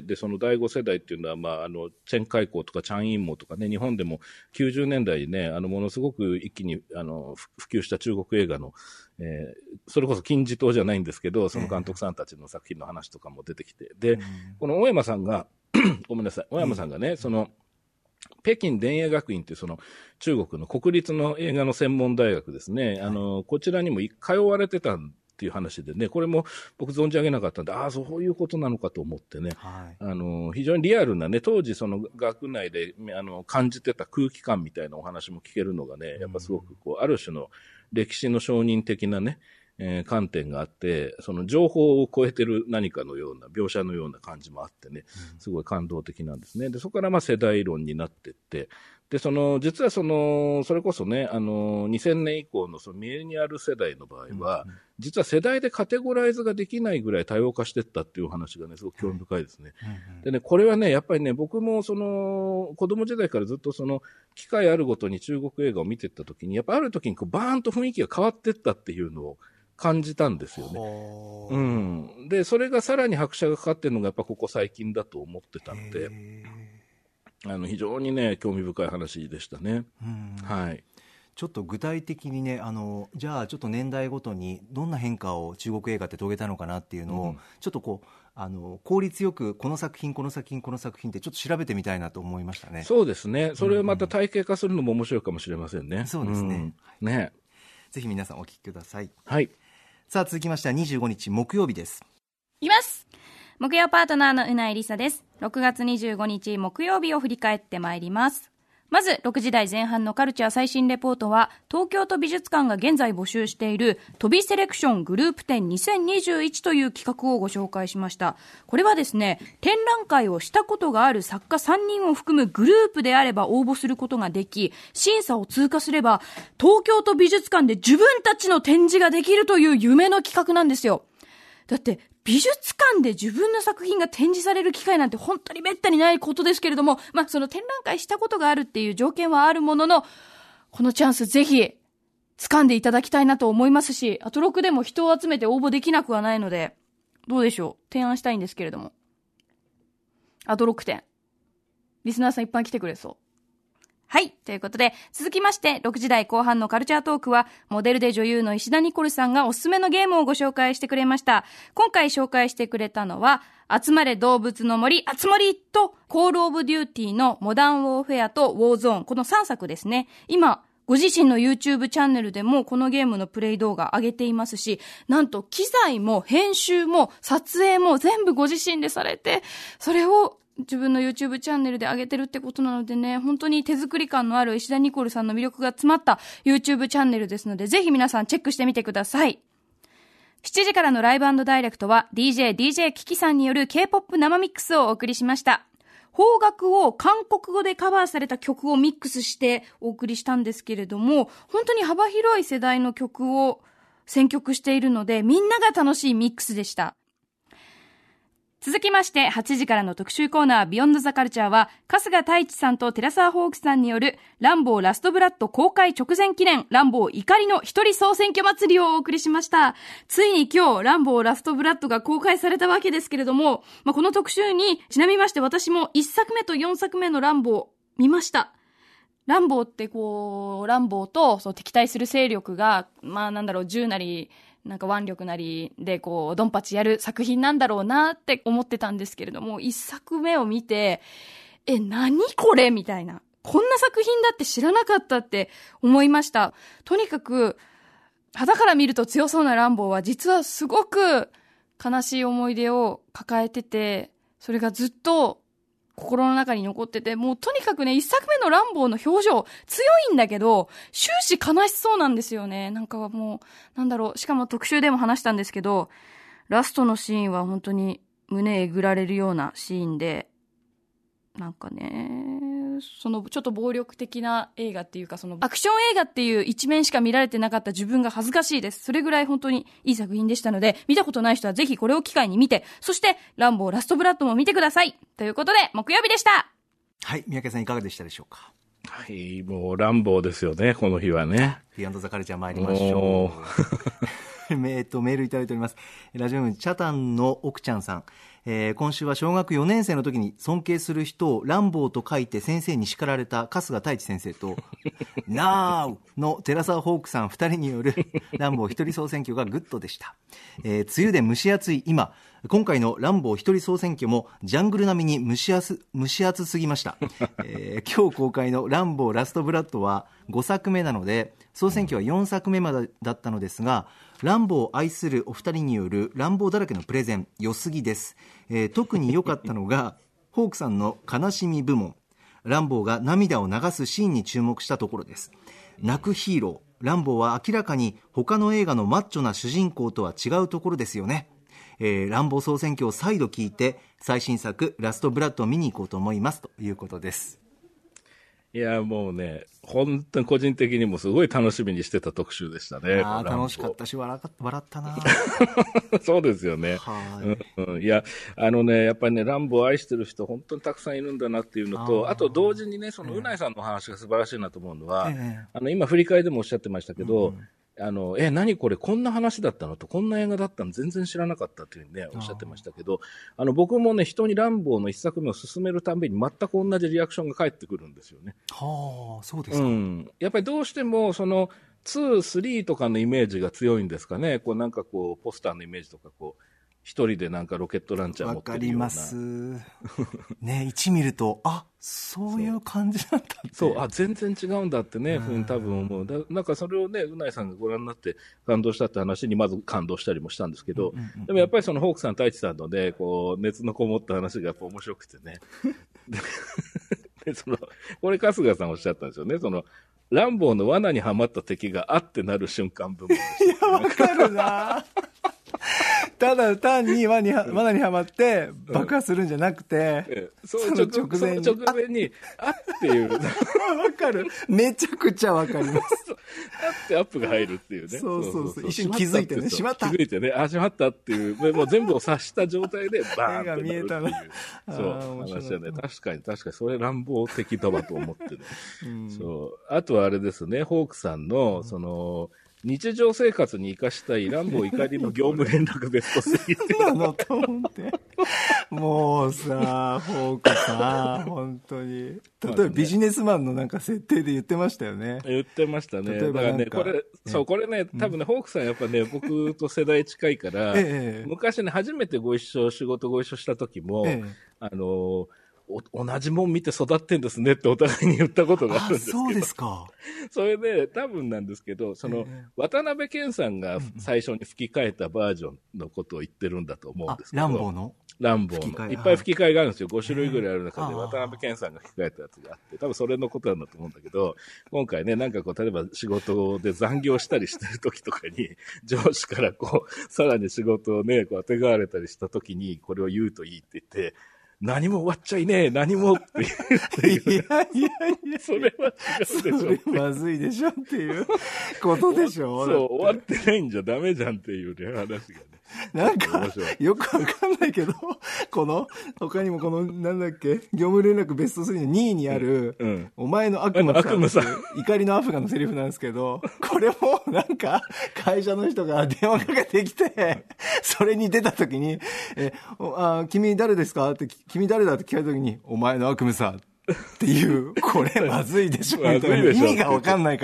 でそのだいご世代っていうのは、まあ、あのチェンカイコーとかチャンインモとかね、日本でもきゅうじゅうねんだいにね、あのものすごく一気にあの普及した中国映画の、えー、それこそ金字塔じゃないんですけど、その監督さんたちの作品の話とかも出てきて、で、この大山さんがごめんなさい、大山さんがね、その北京電影学院というその中国の国立の映画の専門大学ですね、はい、あのこちらにも通われてたっていう話でね、これも僕存じ上げなかったんで、ああそういうことなのかと思ってね、はい、あの非常にリアルなね、当時その学内であの感じてた空気感みたいなお話も聞けるのがね、やっぱすごくこうある種の歴史の証人的なね、えー、観点があって、その情報を超えてる何かのような描写のような感じもあってね、すごい感動的なんですね。でそこからまあ世代論になっていって、でその実はそのそれこそね、あのにせんねん以降のそのミレニアル世代の場合は、うんうん、実は世代でカテゴライズができないぐらい多様化していったっていう話がね、すごく興味深いですね。はいうんうん、でね、これはね、やっぱりね、僕もその子供時代からずっとその機会あるごとに中国映画を見ていった時に、やっぱある時にこうバーンと雰囲気が変わっていったっていうのを感じたんですよね。うん、でそれがさらに拍車がかかってるのがやっぱここ最近だと思ってたので、あの非常にね興味深い話でしたね。うんはい。 ちょっと具体的にね、あのじゃあちょっと年代ごとにどんな変化を中国映画って遂げたのかなっていうのを、うん、ちょっとこうあの効率よくこの作品この作品この作品ってちょっと調べてみたいなと思いましたね。 そうですね。それをまた体系化するのも面白いかもしれませんね。うん、 そうですね。 うん、ね。 ぜひ皆さんお聞きください。 はい。 さあ続きましてはにじゅうごにち木曜日です。 いきます。木曜パートナーのうないりさです。ろくがつにじゅうごにち木曜日を振り返ってまいります。まずろくじ台前半のカルチャー最新レポートは、東京都美術館が現在募集している飛びセレクショングループ展にせんにじゅういちという企画をご紹介しました。これはですね、展覧会をしたことがある作家さんにんを含むグループであれば応募することができ、審査を通過すれば東京都美術館で自分たちの展示ができるという夢の企画なんですよ。だって美術館で自分の作品が展示される機会なんて本当にめったにないことですけれども、まあその展覧会したことがあるっていう条件はあるものの、このチャンスぜひ掴んでいただきたいなと思いますし、アトロクでも人を集めて応募できなくはないので、どうでしょう、提案したいんですけれども、アトロク展リスナーさんいっぱい来てくれそう。はい。ということで、続きまして、ろくじ台後半のカルチャートークは、モデルで女優の石田ニコルさんがおすすめのゲームをご紹介してくれました。今回紹介してくれたのは、集まれ動物の森、あつ森と、コールオブデューティーのモダンウォーフェアとウォーゾーン、このさんさくですね。今、ご自身の YouTube チャンネルでもこのゲームのプレイ動画上げていますし、なんと機材も編集も撮影も全部ご自身でされて、それを自分の YouTube チャンネルで上げてるってことなのでね、本当に手作り感のある石田ニコルさんの魅力が詰まった YouTube チャンネルですので、ぜひ皆さんチェックしてみてください。しちじからのライブ&ダイレクトは ディージェー ディージェー キキさんによる K-ポップ 生ミックスをお送りしました。邦楽を韓国語でカバーされた曲をミックスしてお送りしたんですけれども、本当に幅広い世代の曲を選曲しているので、みんなが楽しいミックスでした。続きましてはちじからの特集コーナービヨンドザカルチャーは、春日太一さんと寺澤ホークさんによるランボーラストブラッド公開直前記念ランボー怒りの一人総選挙祭りをお送りしました。ついに今日ランボーラストブラッドが公開されたわけですけれども、まあ、この特集にちなみまして私もいっさくめとよんさくめのランボー見ました。ランボーってこうランボーとそう敵対する勢力がまあなんだろう銃なりなんか腕力なりでこうドンパチやる作品なんだろうなって思ってたんですけれども、一作目を見てえ何これみたいなこんな作品だって知らなかったって思いました。とにかく肌から見ると強そうなランボーは実はすごく悲しい思い出を抱えてて、それがずっと心の中に残ってて、もうとにかくね、一作目のランボーの表情強いんだけど終始悲しそうなんですよね。なんかもうなんだろう、しかも特集でも話したんですけど、ラストのシーンは本当に胸えぐられるようなシーンで、なんかね、そのちょっと暴力的な映画っていうか、そのアクション映画っていう一面しか見られてなかった自分が恥ずかしいです。それぐらい本当にいい作品でしたので、見たことない人はぜひこれを機会に見て、そしてランボーラストブラッドも見てくださいということで、木曜日でした。 はい、三宅さんいかがでしたでしょうか。 はい、もうランボーですよね、この日はね。 ティー&ザカルチャー参りましょう。メールいただいております。ラジオネームチャタンの奥ちゃんさん、えー、今週は小学よねん生の時に尊敬する人をランボーと書いて先生に叱られた春日太一先生とナウの寺澤ホークさんふたりによるランボー一人総選挙がグッドでした。えー、梅雨で蒸し暑い今、今回のランボー一人総選挙もジャングル並みに蒸し暑蒸し暑すぎました。えー、今日公開のランボーラストブラッドはごさくめなので、総選挙はよんさくめまでだったのですが、ランボーを愛するお二人によるランボーだらけのプレゼン良すぎです。えー、特に良かったのがホークさんの悲しみ部門、ランボーが涙を流すシーンに注目したところです。泣くヒーロー、ランボーは明らかに他の映画のマッチョな主人公とは違うところですよね。えー、ランボー総選挙を再度聞いて最新作ラストブラッドを見に行こうと思いますということです。 いやもうね、本当に個人的にもすごい楽しみにしてた特集でしたね。 あ楽しかったし笑ったな。 そうですよね。はい、うんうん、いやあのね、やっぱりね、ランボーを愛してる人本当にたくさんいるんだなっていうのと、 あ, あと同時にね、そのうないさんの話が素晴らしいなと思うのは、ええ、あの今振り返りでもおっしゃってましたけど、うん、あのえ何これこんな話だったのと、こんな映画だったの全然知らなかったというふうにねおっしゃってましたけど、あの僕もね、人にランボーの一作目を進めるたびに全く同じリアクションが返ってくるんですよね。 はあ、そうですか。 うん、やっぱりどうしてもそのに、さんとかのイメージが強いんですかね。こうなんかこうポスターのイメージとか、こう一人でなんかロケットランチャー持ってるような。わかります。 ね、いち見ると、あ、そういう感じなんだって。 そう、あ、全然違うんだってね、ふうに多分思う。だなんかそれをね、うないさんがご覧になって感動したって話にまず感動したりもしたんですけど、うんうんうん、でもやっぱりそのホークさん、太一さんのね、こう熱のこもった話がやっぱ面白くてね。でそのこれ春日さんおっしゃったんですよね。そのランボーの罠にはまった敵があってなる瞬間部分。 いや、わかるな。ただ単に罠には罠にはまって爆破するんじゃなくて、うんええ、 その直前に、その直前にあっていう。 わかる。めちゃくちゃわかります。 あってアップが入るっていうね。 そうそうそう。一瞬気づいてね、しまった。 気づいてね、あ、しまったっていう、もう全部を察した状態でバーンってなるっていう。 が見えたそう話はね、確かに確かにそれ乱暴的だわと思ってね。うん、そう。あとはあれですね、ホークさんのその。日常生活に生かしたいランボー怒りの業務連絡ベストスリーってなのと思ってもうさ、ホークさ、本当に例えばビジネスマンのなんか設定で言ってましたよね。 言ってましたね。例えばなんかだからね、これ、そう、これね、多分ね、うん、ホークさんやっぱね、僕と世代近いから、ええ、昔ね、初めてご一緒、仕事ご一緒した時も、ええ、あの、同じもん見て育ってんですねってお互いに言ったことがあるんですけど。 そうですか。 それで多分なんですけど、その、えー、渡辺謙さんが最初に吹き替えたバージョンのことを言ってるんだと思うんですけど。 ランボーのランボーのいっぱい吹き替えがあるんですよ。ご種類ぐらいある中で渡辺謙さんが吹き替えたやつがあって、多分それのことなんだと思うんだけど、今回ね、なんかこう、例えば仕事で残業したりしてる時とかに、上司からこう、さらに仕事をね、こう、当てがわれたりした時に、これを言うといいって言って、何も終わっちゃいねえ、何もって言っていう。いやいやいや、それは違うでしょ。それまずいでしょっていうことでしょ。 そう、終わってないんじゃダメじゃんっていうね、話がね。 なんか、よくわかんないけど、この、他にもこの、なんだっけ、業務連絡ベストスリーのにいにある、うんうん、お前の悪夢さん、怒りのアフガンのセリフなんですけど、これもなんか、会社の人が電話かけてきて、それに出た時に、え、あ、君誰ですかって、君誰だって聞かれた時に、お前の悪夢さ、っていう、これまずいでしょみたいな意味がわかんないから。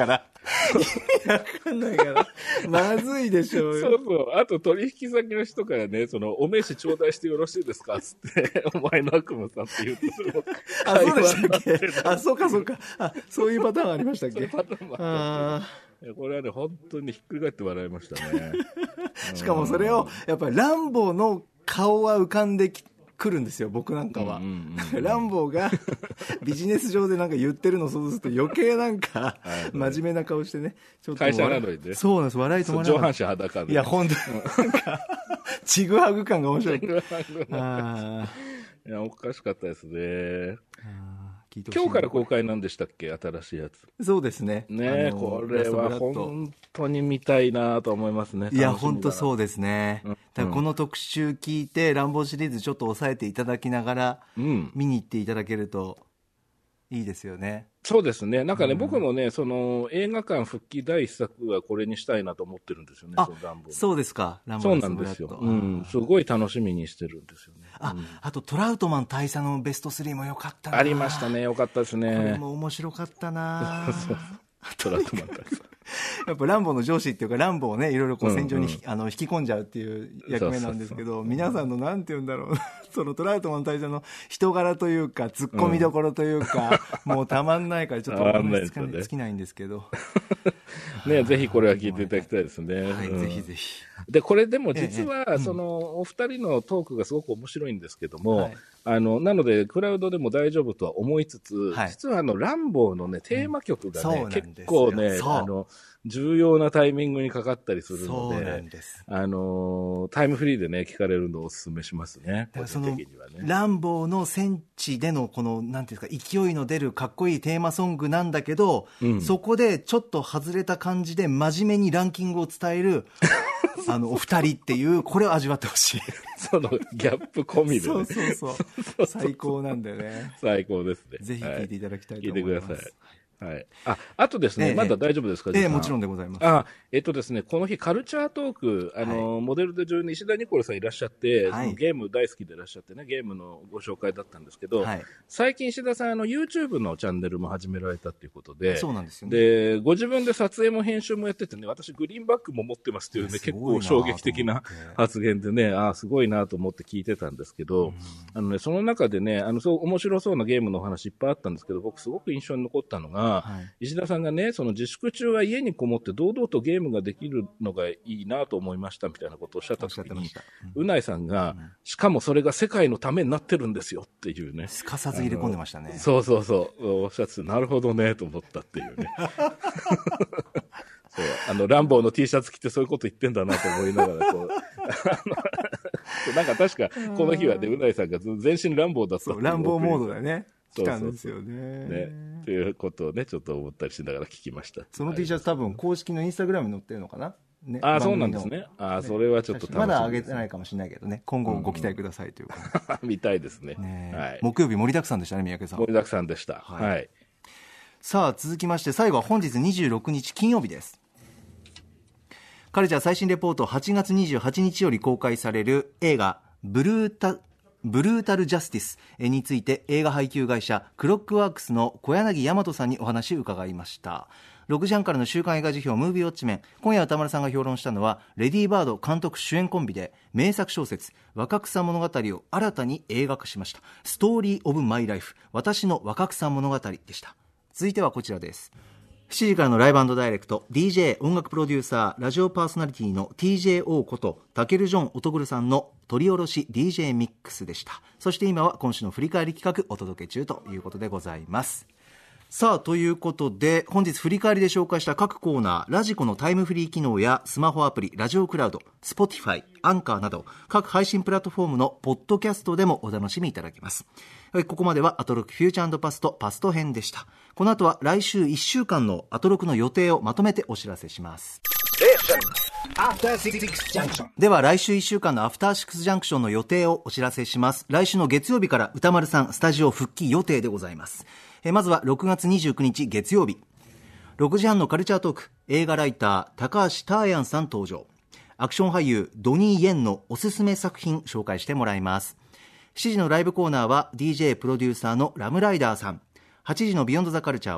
意味わかんないから。まずいでしょうよ。 そうそう。あと取引先の人からね、その、お名刺頂戴してよろしいですかつって、お前の悪夢さんって言うと、それもあ、そうでしたっけ？あ、そうかそうか。あ、そういうパターンありましたっけ？ そういうパターンもあった。これはね、本当にひっくり返って笑いましたね。 しかもそれを、やっぱりランボーの顔は浮かんできて、来るんですよ僕なんかは、うんうんうん、ランボーがビジネス上でなんか言ってるのを想像すると余計なんか真面目な顔してねちょっと会社なのにねそうなんです笑い止まらない上半身裸でいや本当になんかちぐはぐ感が面白いあいやおかしかったですね今日から公開なんでしたっけ新しいやつそうですねねこれは本当に見たいなと思いますねいや本当そうですね、うん、だからこの特集聞いて、うん、ランボーシリーズちょっと抑えていただきながら、うん、見に行っていただけるといいですよねそうですねなんかね、うん、僕もねその映画館復帰第一作はこれにしたいなと思ってるんですよねあそのランボーそうですかランボーそうなんですよ、うん、すごい楽しみにしてるんですよねあ、うん、あとトラウトマン大佐のベストスリーも良かったなありましたね良かったですねこれも面白かったなそうそうトラウトマン大佐やっぱランボーの上司っていうかランボーをねいろいろこう戦場に、うんうん、あの引き込んじゃうっていう役目なんですけどそうそうそう皆さんのなんて言うんだろうそのトラウトマン大佐の人柄というかツッコミどころというか、うん、もうたまんないからちょっと思いつか尽きないんですけどねぜひこれは聞いていただきたいですね、 はい、うん、ぜひぜひでこれでも実はそのお二人のトークがすごく面白いんですけども、はい、あのなのでクラウドでも大丈夫とは思いつつ、はい、実はあのランボーのねテーマ曲がね、うん、結構ねあの重要なタイミングにかかったりするの で, であのタイムフリーでね聞かれるのをお勧めしますね個人的にはねランボーの戦地でのこのなんていうんですか勢いの出るかっこいいテーマソングなんだけど、うん、そこでちょっと外れた感じで真面目にランキングを伝えるあのお二人っていうこれを味わってほしいそのギャップ込みで、ね、 そうそうそう最高なんだよね最高ですねぜひ聞いていただきたいと思います、 はい、聞いてくださいはい。あ、あとですね、ええ、まだ大丈夫ですか？ ええ、もちろんでございます。 あ、えっとですね、この日カルチャートーク、あの、はい、モデルで女優の石田ニコルさんいらっしゃって、はい、そのゲーム大好きでいらっしゃってね、ゲームのご紹介だったんですけど、はい、最近石田さん、あの、YouTube のチャンネルも始められたっていうことで、 そうなんですよね。 で、ご自分で撮影も編集もやっててね、私グリーンバッグも持ってますっていうね、結構衝撃的な発言でね、あ、すごいなと思って聞いてたんですけど、あのね、その中でね、あの、そう面白そうなゲームのお話いっぱいあったんですけど、僕すごく印象に残ったのが、はい、石田さんがね、その自粛中は家にこもって堂々とゲームができるのがいいなと思いましたみたいなことをおっしゃった時に、うないさんが、うん、しかもそれが世界のためになってるんですよっていうね。 すかさず入れ込んでましたね。 そうそうそう。おっしゃってて、なるほどねと思ったっていうね。そうあのランボーの T シャツ着てそういうこと言ってんだなと思いながらこうなんか確かこの日はねうないさんが全身ランボーだったってランボーモードだね来たんですよね。 ねということをねちょっと思ったりしながら聞きました。 その T シャツ多分公式のインスタグラムに載ってるのかな。ね、 ああそうなんですね。ああそれはちょっと楽しみです、ね、 まだ上げてないかもしれないけどね今後ご期待くださいというか、 うん、見たいですね。 ね、 はい、 木曜日盛りだくさんでしたね三宅さん。 盛りだくさんでした。はい。はい、 さあ続きまして最後は本日にじゅうろくにち金曜日です。カルチャー最新レポートはちがつにじゅうはちにちより公開される映画ブルータブルータルジャスティスについて映画配給会社クロックワークスの小柳大和さんにお話を伺いました。ろくじはんからの週刊映画辞表ムービーウォッチメン、今夜歌丸さんが評論したのはレディーバード監督主演コンビで名作小説若草物語を新たに映画化しましたストーリーオブマイライフ私の若草物語でした。続いてはこちらです。しちじからのライブ&ダイレクト ディージェー 音楽プロデューサーラジオパーソナリティの ティージェーオー ことタケルジョン・オトグルさんの取り下ろし ディージェー ミックスでした。そして今は今週の振り返り企画お届け中ということでございます。さあということで本日振り返りで紹介した各コーナーラジコのタイムフリー機能やスマホアプリラジオクラウド Spotify アンカーなど各配信プラットフォームのポッドキャストでもお楽しみいただけます。ここまではアトロクフューチャー&パストパスト編でした。この後は来週いっしゅうかんのアトロクの予定をまとめてお知らせします。では来週いっしゅうかんのアフターシックスジャンクションの予定をお知らせします。来週の月曜日から歌丸さんスタジオ復帰予定でございます。えまずはろくがつにじゅうくにち月曜日ろくじはんのカルチャートーク映画ライター高橋ターヤンさん登場。アクション俳優ドニー・イエンのおすすめ作品紹介してもらいます。しちじのライブコーナーは ディージェー プロデューサーのラムライダーさん。はちじのビヨンドザカルチャーは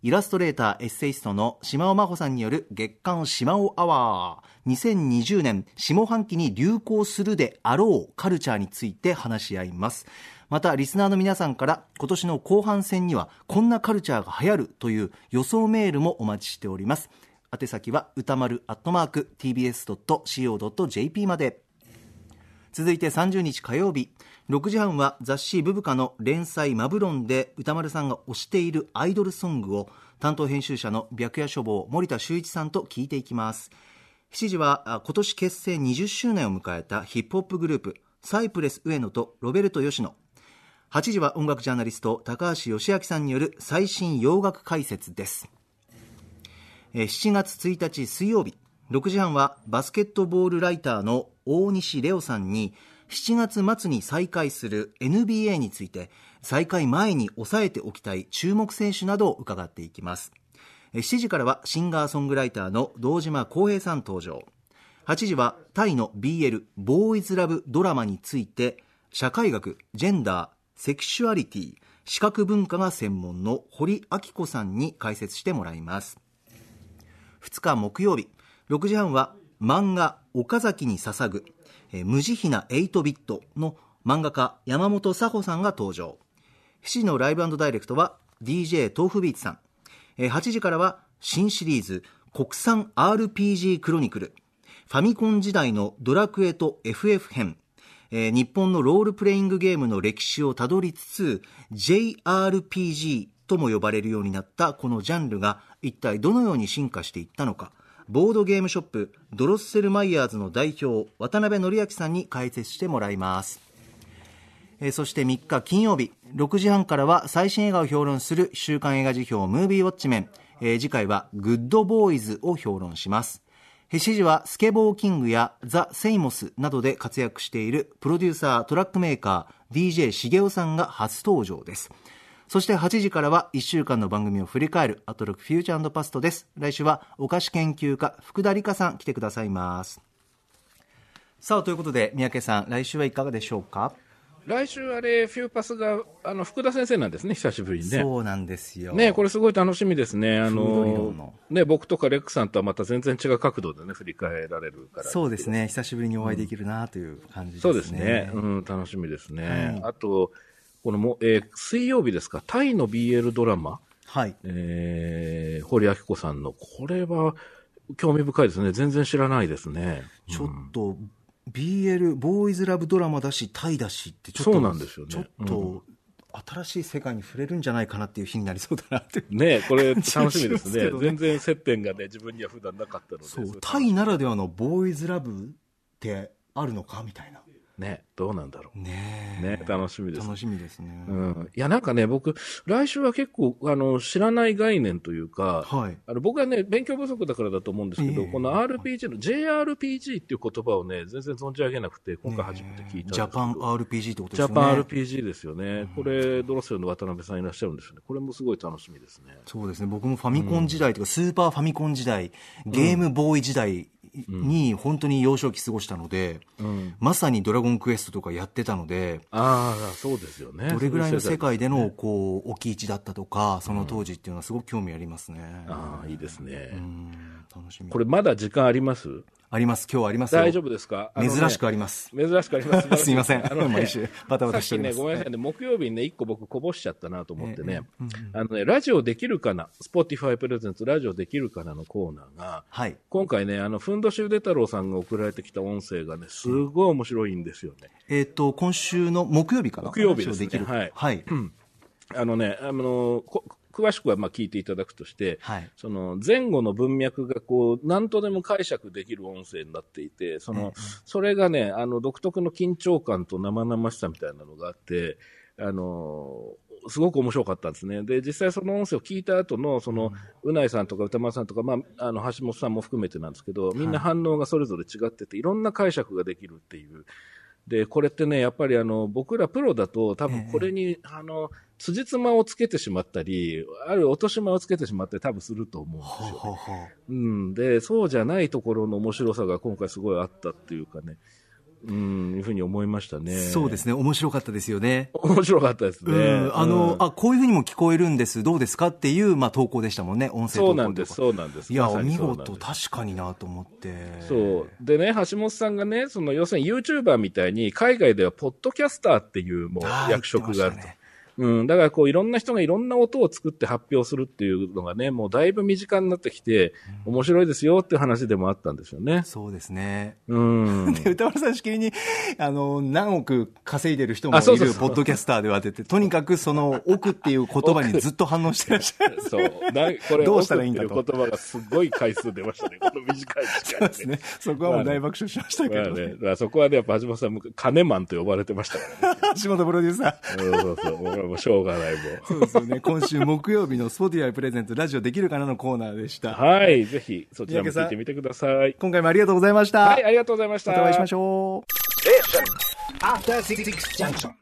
イラストレーターエッセイストの島尾真帆さんによる月刊島尾アワー、にせんにじゅうねん下半期に流行するであろうカルチャーについて話し合います。またリスナーの皆さんから今年の後半戦にはこんなカルチャーが流行るという予想メールもお待ちしております。宛先は歌丸アットマーク ティービーエスドットシーオードットジェーピー まで。続いてさんじゅうにち火曜日ろくじはんは雑誌ブブカの連載マブロンで歌丸さんが推しているアイドルソングを担当編集者の白夜書房森田修一さんと聞いていきます。しちじは今年結成にじゅっしゅうねんを迎えたヒップホップグループサイプレス上野とロベルト吉野。はちじは音楽ジャーナリスト高橋義明さんによる最新洋楽解説です。しちがつついたち水曜日ろくじはんはバスケットボールライターの大西レオさんにしちがつ末に再開する エヌビーエー について再開前に押さえておきたい注目選手などを伺っていきます。しちじからはシンガーソングライターの堂島康平さん登場。はちじはタイの ビーエル ボーイズラブドラマについて社会学、ジェンダー、セクシュアリティ、視覚文化が専門の堀明子さんに解説してもらいます。ふつか木曜日ろくじはんは漫画岡崎に捧ぐ、えー、無慈悲なエイトビットの漫画家山本佐穂さんが登場。しちじのライブ&ダイレクトは ディージェー 豆腐ビーツさん、えー、はちじからは新シリーズ国産 アールピージー クロニクル、ファミコン時代のドラクエと エフエフ 編、えー、日本のロールプレイングゲームの歴史をたどりつつ ジェイアールピージー とも呼ばれるようになったこのジャンルが一体どのように進化していったのか、ボードゲームショップドロッセルマイヤーズの代表渡辺則明さんに解説してもらいます。えー、そしてみっか金曜日ろくじはんからは最新映画を評論する週刊映画辞表ムービーウォッチメン、えー、次回はグッドボーイズを評論します。しちじはスケボーキングやザ・セイモスなどで活躍しているプロデューサートラックメーカー ディージェー 茂雄さんが初登場です。そしてはちじからはいっしゅうかんの番組を振り返るアトロクフューチャー&パストです。来週はお菓子研究家福田理香さん来てくださいます。さあということで三宅さん、来週はいかがでしょうか。 来週あれフューパスがあの福田先生なんですね、久しぶりにね。 そうなんですよね。これすごい楽しみですね。あフード理論ののね、僕とかレックさんとはまた全然違う角度でね振り返られるから。 そうですね、久しぶりにお会いできるなという感じですね。 そうですね、うん、楽しみですね。 はい、 あとこのも、えー、水曜日ですか、タイの ビーエル ドラマ、 はい、 えー、堀明子さんの、これは興味深いですね。全然知らないですね。 ちょっと、うん、ビーエル ボーイズラブドラマだしタイだしってちょっと、 そうなんですよね、 ちょっと、うん、新しい世界に触れるんじゃないかなっていう日になりそうだなってね。これ楽しみですね。全然接点がね自分には普段なかったので。 そう、タイならではのボーイズラブってあるのかみたいなね、どうなんだろうね。 ね、楽しみです。 楽しみですね。 うん、いやなんかね、僕来週は結構あの知らない概念というか、はい、あの僕はね勉強不足だからだと思うんですけど、えー、この アールピージー の ジェイアールピージー っていう言葉をね全然存じ上げなくて、今回初めて聞いたんですけど、 ジャパン アールピージー ってことですよね。 ジャパン アールピージー ですよね。うん、これドロッセルの渡辺さんいらっしゃるんですよね。これもすごい楽しみですね。 そうですね。僕もファミコン時代とか、うん、スーパーファミコン時代、ゲームボーイ時代に本当に幼少期過ごしたので、うん、まさにドラゴンクエストとかやってたので、 ああそうですよね。 どれぐらいの世界でのこう置き位置だったとか、その当時っていうのはすごく興味ありますね。 うん、ああいいですね。うん、 楽しみ。 これまだ時間あります？ あります。今日はありますよ。 大丈夫ですか？ ね、珍しくあります。 珍しくあります。 すいません。 あの、ね、 毎週バタバタしております。 さっきね、ごめんなさいね、木曜日にね、一個僕こぼしちゃったなと思ってね、えーうんうん、あのね、ラジオできるかな、Spotify プレゼンツラジオできるかなのコーナーが、はい、今回ね、あの、ふんどしうで太郎さんが送られてきた音声がね、すごい面白いんですよね。 えっ、ー、と、今週の木曜日から木曜日ですね。 できる。 はい。 はい。 うん、あのね、あの、こ詳しくはまあ聞いていただくとして、はい、その前後の文脈がこう何とでも解釈できる音声になっていて、その、うん、それがね、あの独特の緊張感と生々しさみたいなのがあって、あのすごく面白かったんですね。で、実際その音声を聞いた後のその、うん、うないさんとか歌丸さんとか、まああの橋本さんも含めてなんですけど、みんな反応がそれぞれ違ってて、いろんな解釈ができるっていう。で、これってね、やっぱりあの、僕らプロだと多分これに、えー、あの、辻褄をつけてしまったり、ある落とし間をつけてしまって多分すると思うんですよね。はははうん。で、そうじゃないところの面白さが今回すごいあったっていうかね、 うん、いうふうに思いましたね。 そうですね。面白かったですよね。 面白かったですね。 うん、あの、 うん、 あ、こういうふうにも聞こえるんです。どうですかっていう、まあ、投稿でしたもんね。音声投稿とか。 そうなんです、そうなんです。 いや、 ま、 お見事、確かになと思って。 そう。でね、橋本さんがね、その、要するに YouTuber みたいに、海外ではポッドキャスターっていうもう役職があると。うん。だからこういろんな人がいろんな音を作って発表するっていうのがね、もうだいぶ身近になってきて、面白いですよっていう話でもあったんですよね。 そうですね。 うん。 で、歌丸さんしきりに、あの、何億稼いでる人もいるポッドキャスターでは出て、とにかくその億っていう言葉にずっと反応してらっしゃる。 そう。なこれ、 どうしたらいいんだと。 言葉がすごい回数出ましたね。この短い時間で、ね。 そうですね。そこはもう大爆笑しましたけど、ね。 まあね。まあ、そこはね、やっぱ橋本さんも金マンと呼ばれてましたからね。 橋本プロデューサー。そうそうそう。もうしょうがない。 そうですよね。今週木曜日の Spotify プレゼントラジオできるかなのコーナーでした。 はい。ぜひそちらも聞いてみてください。 今回もありがとうございました。 はい、ありがとうございました。 またお会いしましょう。 After Six Junction